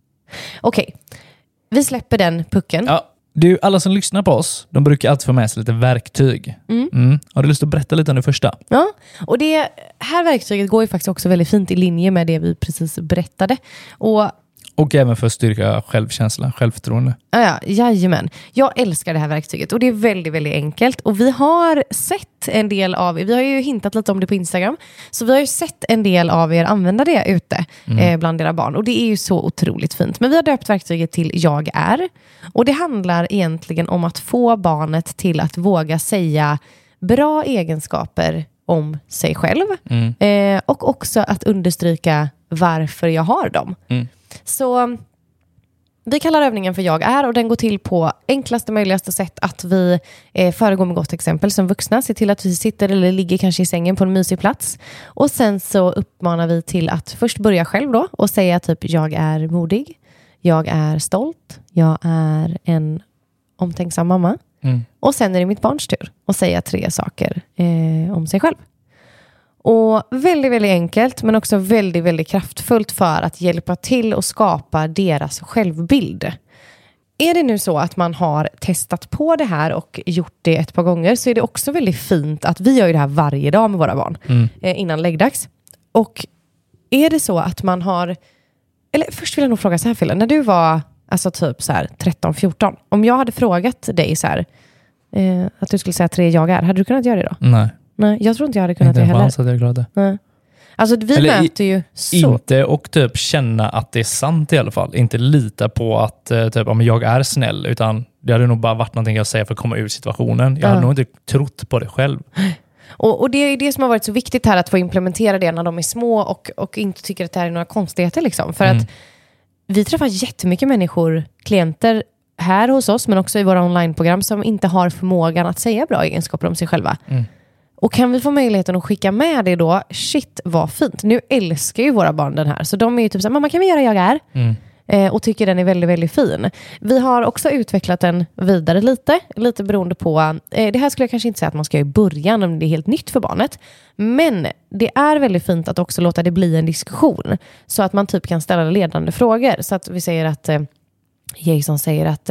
Okej. Vi släpper den pucken. Ja. Du, alla som lyssnar på oss, de brukar alltid få med sig lite verktyg. Har du lust att berätta lite om det första? Ja, och det här verktyget går ju faktiskt också väldigt fint i linje med det vi precis berättade. Och även för att styrka självkänsla, självförtroende. Ja, jajamän. Jag älskar det här verktyget och det är väldigt, väldigt enkelt. Och vi har sett en del av, vi har ju hintat lite om det på Instagram, så vi har ju sett en del av er använda det ute bland era barn. Och det är ju så otroligt fint. Men vi har döpt verktyget till Jag är. Och det handlar egentligen om att få barnet till att våga säga bra egenskaper om sig själv. Och också att understryka varför jag har dem. Så vi kallar övningen för Jag är, och den går till på enklaste möjligaste sätt att vi föregår med gott exempel som vuxna. Se till att vi sitter eller ligger kanske i sängen på en mysig plats. Och sen så uppmanar vi till att först börja själv då och säga typ jag är modig, jag är stolt, jag är en omtänksam mamma. Och sen är det mitt barns tur att säga 3 saker om sig själv. Och väldigt, väldigt enkelt, men också väldigt, väldigt kraftfullt för att hjälpa till och skapa deras självbild. Är det nu så att man har testat på det här och gjort det ett par gånger, så är det också väldigt fint att vi gör ju det här varje dag med våra barn innan läggdags. Och är det så att man har, eller först vill jag nog fråga så här, Fille, när du var alltså typ så här 13-14, om jag hade frågat dig så här att du skulle säga 3 jag är, hade du kunnat göra det då? Nej, jag tror inte jag hade kunnat det heller. Att jag glada. Nej. Alltså vi möter ju så. Inte och typ känna att det är sant i alla fall. Inte lita på att typ, om jag är snäll, utan det hade nog bara varit någonting jag säger för att komma ur situationen. Jag hade nog inte trott på det själv. Och det är det som har varit så viktigt här, att få implementera det när de är små och inte tycker att det här är några konstigheter liksom. För att vi träffar jättemycket människor, klienter här hos oss, men också i våra onlineprogram, som inte har förmågan att säga bra egenskaper om sig själva. Och kan vi få möjligheten att skicka med det då, shit vad fint. Nu älskar ju våra barn den här. Så de är ju typ så här, mamma kan vi göra jag är? Och tycker den är väldigt, väldigt fin. Vi har också utvecklat den vidare lite beroende på, det här skulle jag kanske inte säga att man ska göra i början om det är helt nytt för barnet. Men det är väldigt fint att också låta det bli en diskussion. Så att man typ kan ställa ledande frågor. Så att vi säger att Jason säger att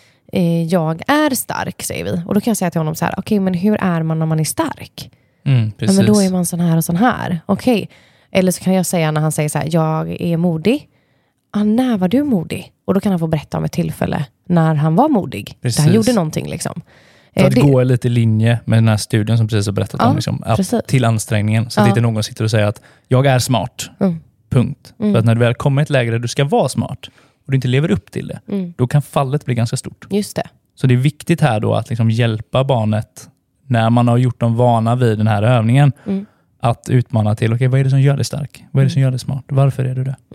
jag är stark, säger vi. Och då kan jag säga till honom så här, okej, men hur är man när man är stark? Ja, men då är man sån här och sån här. Okej. Eller så kan jag säga när han säger så här, jag är modig. När var du modig? Och då kan han få berätta om ett tillfälle när han var modig. Där han gjorde någonting liksom. För att gå lite i linje med den här studien som precis har berättat om. Liksom, till ansträngningen. Så att inte någon sitter och säger att jag är smart. Punkt. För att när du väl kommer i ett läge där du ska vara smart och du inte lever upp till det, då kan fallet bli ganska stort. Just det. Så det är viktigt här då att liksom hjälpa barnet när man har gjort dem vana vid den här övningen. Att utmana till, okej, vad är det som gör dig stark? Vad är det som gör dig smart? Varför är du det?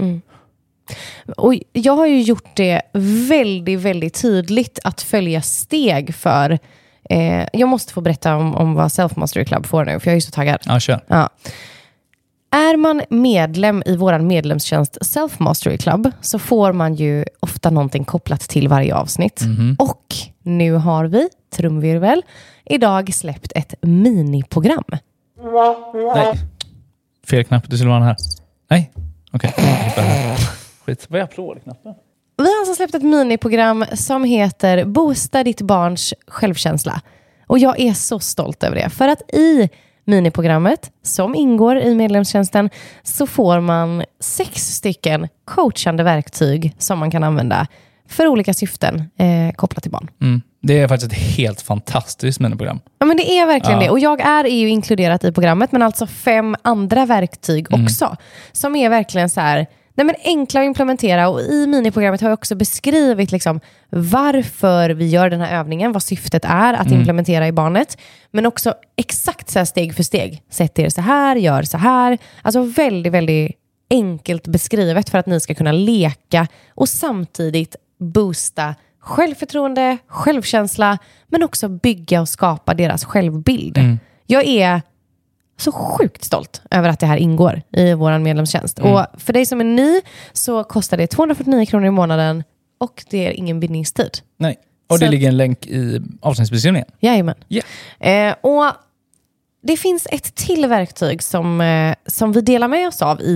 Och jag har ju gjort det väldigt, väldigt tydligt att följa steg för jag måste få berätta om vad Self Mastery Club får nu, för jag är ju så taggad. Ja, kör. Ja. Är man medlem i våran medlemstjänst Self Mastery Club, så får man ju ofta någonting kopplat till varje avsnitt. Och nu har vi, trumvirvel, idag släppt ett miniprogram. Nej. Fel knapp, du skulle vara den här. Nej, okej. Skit, vad är applådknappen? Vi har alltså släppt ett miniprogram som heter Boosta ditt barns självkänsla. Och jag är så stolt över det. För att i miniprogrammet som ingår i medlemstjänsten så får man 6 stycken coachande verktyg som man kan använda för olika syften kopplat till barn. Det är faktiskt ett helt fantastiskt miniprogram. Ja, men det är verkligen det. Och jag är ju inkluderat i programmet, men alltså 5 andra verktyg också. Som är verkligen så här, Nej, men enkla att implementera, och i miniprogrammet har jag också beskrivit liksom varför vi gör den här övningen, vad syftet är att implementera i barnet, men också exakt så här steg för steg. Sätt er så här, gör så här. Alltså väldigt, väldigt enkelt beskrivet för att ni ska kunna leka och samtidigt boosta självförtroende, självkänsla, men också bygga och skapa deras självbild. Jag är så sjukt stolt över att det här ingår i vår medlemstjänst. Och för dig som är ny så kostar det 249 kronor i månaden och det är ingen bindningstid. Nej. Och det ligger en länk i avsnittsbeskrivningen. Jajamän. Yeah. Och det finns ett till verktyg som vi delar med oss av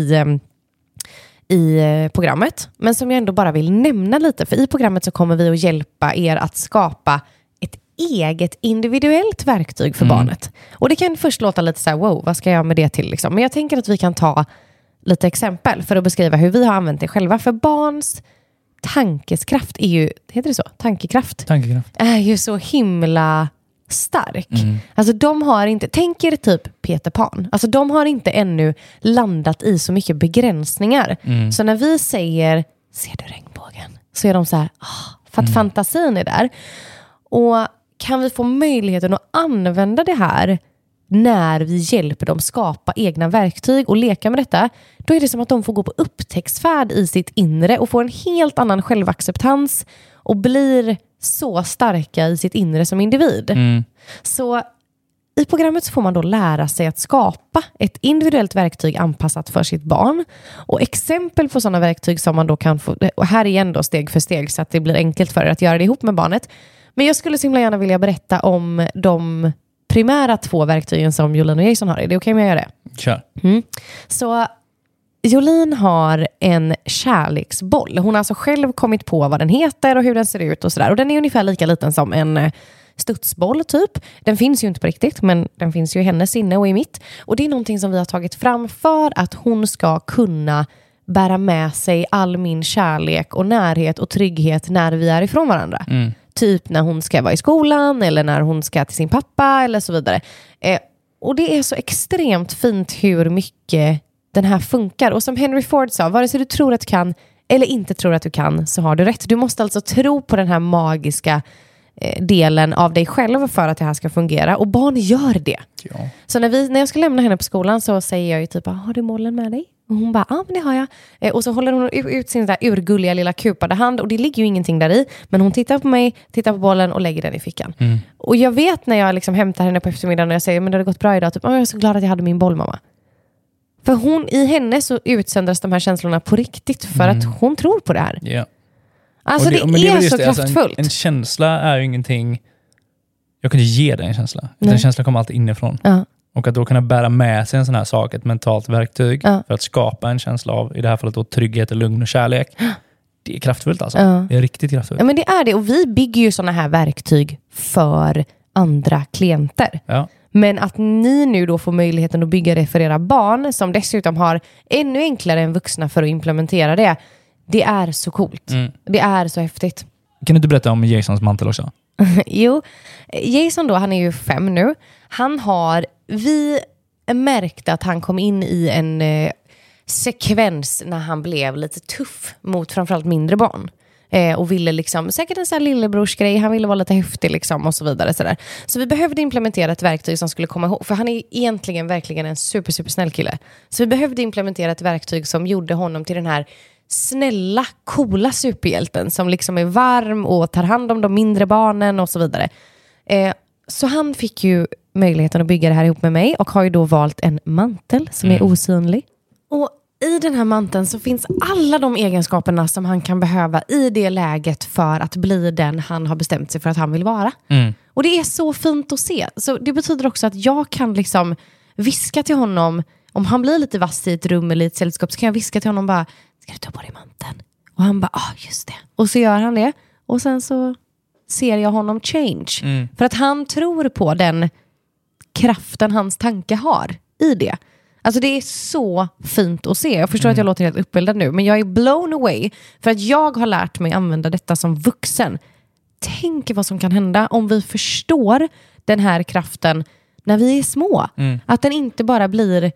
i programmet, men som jag ändå bara vill nämna lite. För i programmet så kommer vi att hjälpa er att skapa ett eget individuellt verktyg för barnet. Och det kan först låta lite så här, wow, vad ska jag med det till? Liksom? Men jag tänker att vi kan ta lite exempel för att beskriva hur vi har använt det själva. För barns tankeskraft är ju, heter det så? Tankekraft är ju så himla stark. Alltså de har inte, tänk er typ Peter Pan. Alltså de har inte ännu landat i så mycket begränsningar. Så när vi säger, ser du regnbågen? Så är de så här, för att fantasin är där. Och kan vi få möjligheten att använda det här när vi hjälper dem skapa egna verktyg och leka med detta, då är det som att de får gå på upptäcktsfärd i sitt inre och får en helt annan självacceptans och blir så starka i sitt inre som individ. Så i programmet så får man då lära sig att skapa ett individuellt verktyg anpassat för sitt barn. Och exempel på sådana verktyg som man då kan få, och här igen då steg för steg så att det blir enkelt för er att göra det ihop med barnet. Men jag skulle så himla gärna vilja berätta om de primära 2 verktygen som Jolin och Jason har. Är det okej om jag gör det? Kör. Så Jolin har en kärleksboll. Hon har alltså själv kommit på vad den heter och hur den ser ut och sådär. Och den är ungefär lika liten som en studsboll typ. Den finns ju inte på riktigt, men den finns ju i hennes sinne och i mitt. Och det är någonting som vi har tagit fram för att hon ska kunna bära med sig all min kärlek och närhet och trygghet när vi är ifrån varandra. Typ när hon ska vara i skolan eller när hon ska till sin pappa eller så vidare. Och det är så extremt fint hur mycket den här funkar. Och som Henry Ford sa, vare sig du tror att du kan eller inte tror att du kan, så har du rätt. Du måste alltså tro på den här magiska delen av dig själv för att det här ska fungera. Och barn gör det. Ja. Så när jag ska lämna henne på skolan så säger jag ju typ, har du mollen med dig? Och hon bara, men det har jag. Och så håller hon ut sin där urgulliga lilla kupade hand. Och det ligger ju ingenting där i. Men hon tittar på mig, tittar på bollen och lägger den i fickan. Och jag vet när jag liksom hämtar henne på eftermiddagen och jag säger, men det har gått bra idag. Typ, jag är så glad att jag hade min boll, mamma. För i henne så utsöndras de här känslorna på riktigt för att hon tror på det här. Yeah. Alltså det är så kraftfullt. Alltså en känsla är ju ingenting, jag kan inte ge dig en känsla. En känsla kommer alltid inifrån. Och att då kunna bära med sig en sån här sak, ett mentalt verktyg för att skapa en känsla av, i det här fallet då, trygghet, lugn och kärlek. Det är kraftfullt alltså. Det är riktigt kraftfullt. Ja, men det är det. Och vi bygger ju såna här verktyg för andra klienter. Ja. Men att ni nu då får möjligheten att bygga det för era barn, som dessutom har ännu enklare än vuxna för att implementera det. Det är så coolt. Det är så häftigt. Kan du inte berätta om Jasons mantel också? Jo, Jason då, han är ju 5 nu. Vi märkte att han kom in i en sekvens när han blev lite tuff mot framförallt mindre barn. Och ville liksom, säkert en sån här lillebrorsgrej, han ville vara lite häftig liksom och så vidare. Sådär. Så vi behövde implementera ett verktyg som skulle komma ihåg, för han är egentligen verkligen en super snäll kille. Så vi behövde implementera ett verktyg som gjorde honom till den här snälla, coola superhjälten som liksom är varm och tar hand om de mindre barnen och så vidare. Så han fick ju möjligheten att bygga det här ihop med mig och har ju då valt en mantel som är osynlig. Och i den här manteln så finns alla de egenskaperna som han kan behöva i det läget för att bli den han har bestämt sig för att han vill vara. Och det är så fint att se. Så det betyder också att jag kan liksom viska till honom, om han blir lite vass i ett rum eller i ett sällskap, så kan jag viska till honom bara, ska du ta på dig manteln? Och han bara, just det. Och så gör han det. Och sen så ser jag honom change. För att han tror på den kraften hans tanke har i det. Alltså det är så fint att se. Jag förstår att jag låter helt uppbildad nu, men jag är blown away för att jag har lärt mig använda detta som vuxen. Tänk vad som kan hända om vi förstår den här kraften när vi är små. Att den inte bara blir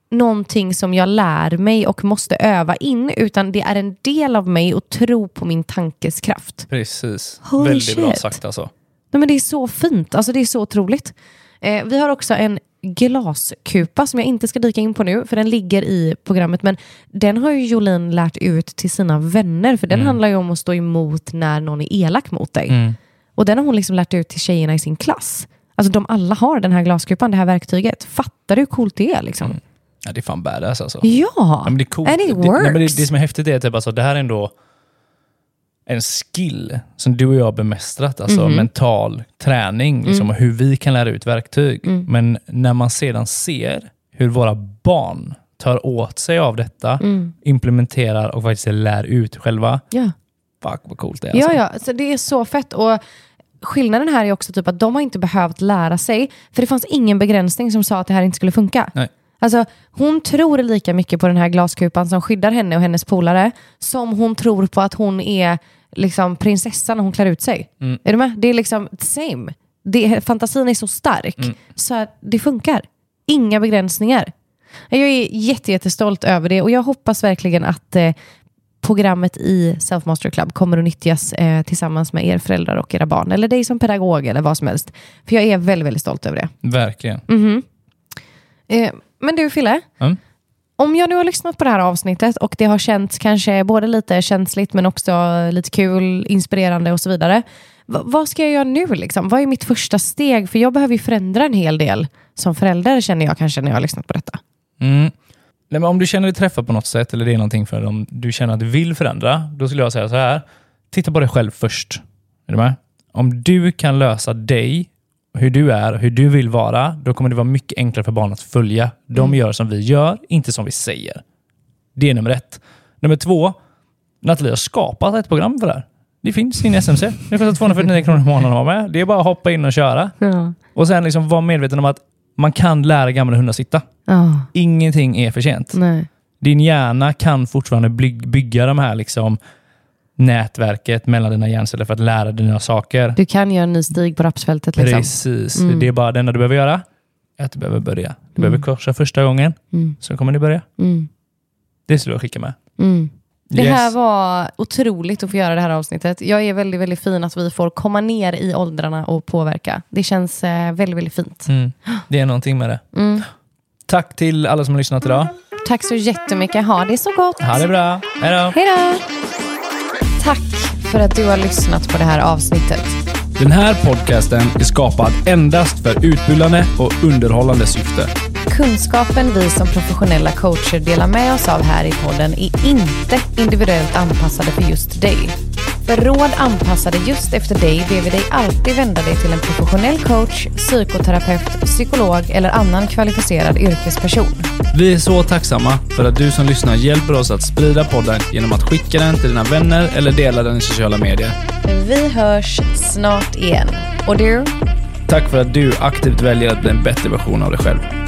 någonting som jag lär mig och måste öva in, utan det är en del av mig och tro på min tankes kraft. Precis. Holy Väldigt shit. bra sagt alltså. Nej, men det är så fint, alltså det är så otroligt. Vi har också en glaskupa som jag inte ska dyka in på nu, för den ligger i programmet, men den har ju Jolene lärt ut till sina vänner, för den handlar ju om att stå emot när någon är elak mot dig. Och den har hon liksom lärt ut till tjejerna i sin klass. Alltså de alla har den här glaskupan, det här verktyget. Fattar du hur coolt det är liksom? Ja, det är fan badass alltså. Ja, men det är coolt. and it works. Det som är häftigt är typ alltså, det här är ändå en skill som du och jag har bemästrat, alltså mental träning, liksom, och hur vi kan lära ut verktyg. Men när man sedan ser hur våra barn tar åt sig av detta, implementerar och faktiskt lär ut själva. Ja. Fuck vad coolt det är. Alltså. Ja, så det är så fett. Och skillnaden här är också typ att de har inte behövt lära sig, för det fanns ingen begränsning som sa att det här inte skulle funka. Nej. Alltså, hon tror lika mycket på den här glaskupan som skyddar henne och hennes polare som hon tror på att hon är liksom prinsessan när hon klär ut sig. Är du med? Det är liksom same. Fantasin är så stark så att det funkar. Inga begränsningar. Jag är jättestolt över det, och jag hoppas verkligen att programmet i Self Mastery Club kommer att nyttjas tillsammans med er föräldrar och era barn, eller dig som pedagog eller vad som helst. För jag är väldigt, väldigt stolt över det. Verkligen. Men du Fille, om jag nu har lyssnat på det här avsnittet och det har känts kanske både lite känsligt men också lite kul, inspirerande och så vidare. Vad ska jag göra nu liksom? Vad är mitt första steg? För jag behöver ju förändra en hel del som förälder, känner jag kanske när jag har lyssnat på detta. Nej, men om du känner dig träffad på något sätt, eller det är någonting för om du känner att du vill förändra, då skulle jag säga så här: titta på dig själv först. Är du med? Om du kan lösa dig, hur du är, hur du vill vara, då kommer det vara mycket enklare för barn att följa. De gör som vi gör, inte som vi säger. Det är nummer 1. Nummer 2, Nathalie har skapat ett program för det här. Det finns in SMC. Det kostar 249 kronor i månaden att vara med. Det är bara att hoppa in och köra. Ja. Och sen liksom vara medveten om att man kan lära gamla hundar sitta. Ingenting är för sent. Nej. Din hjärna kan fortfarande bygga de här liksom nätverket mellan dina hjärnceller för att lära dig nya saker. Du kan göra en ny stig på rapsfältet. Liksom. Precis. Det är bara det enda du behöver göra. Att du behöver börja. Du behöver korsa första gången. Så kommer du börja. Det skulle jag skicka med. Det här var otroligt att få göra det här avsnittet. Jag är väldigt, väldigt fin att vi får komma ner i åldrarna och påverka. Det känns väldigt, väldigt fint. Det är någonting med det. Tack till alla som har lyssnat idag. Tack så jättemycket. Ha det så gott. Ha det bra. Hej då. Hej då. Tack för att du har lyssnat på det här avsnittet. Den här podcasten är skapad endast för utbildande och underhållande syfte. Kunskapen vi som professionella coacher delar med oss av här i podden är inte individuellt anpassade för just dig. För råd anpassade just efter dig ber vi dig alltid vända dig till en professionell coach, psykoterapeut, psykolog eller annan kvalificerad yrkesperson. Vi är så tacksamma för att du som lyssnar hjälper oss att sprida podden genom att skicka den till dina vänner eller dela den i sociala medier. Vi hörs snart igen. Och du? Tack för att du aktivt väljer att bli en bättre version av dig själv.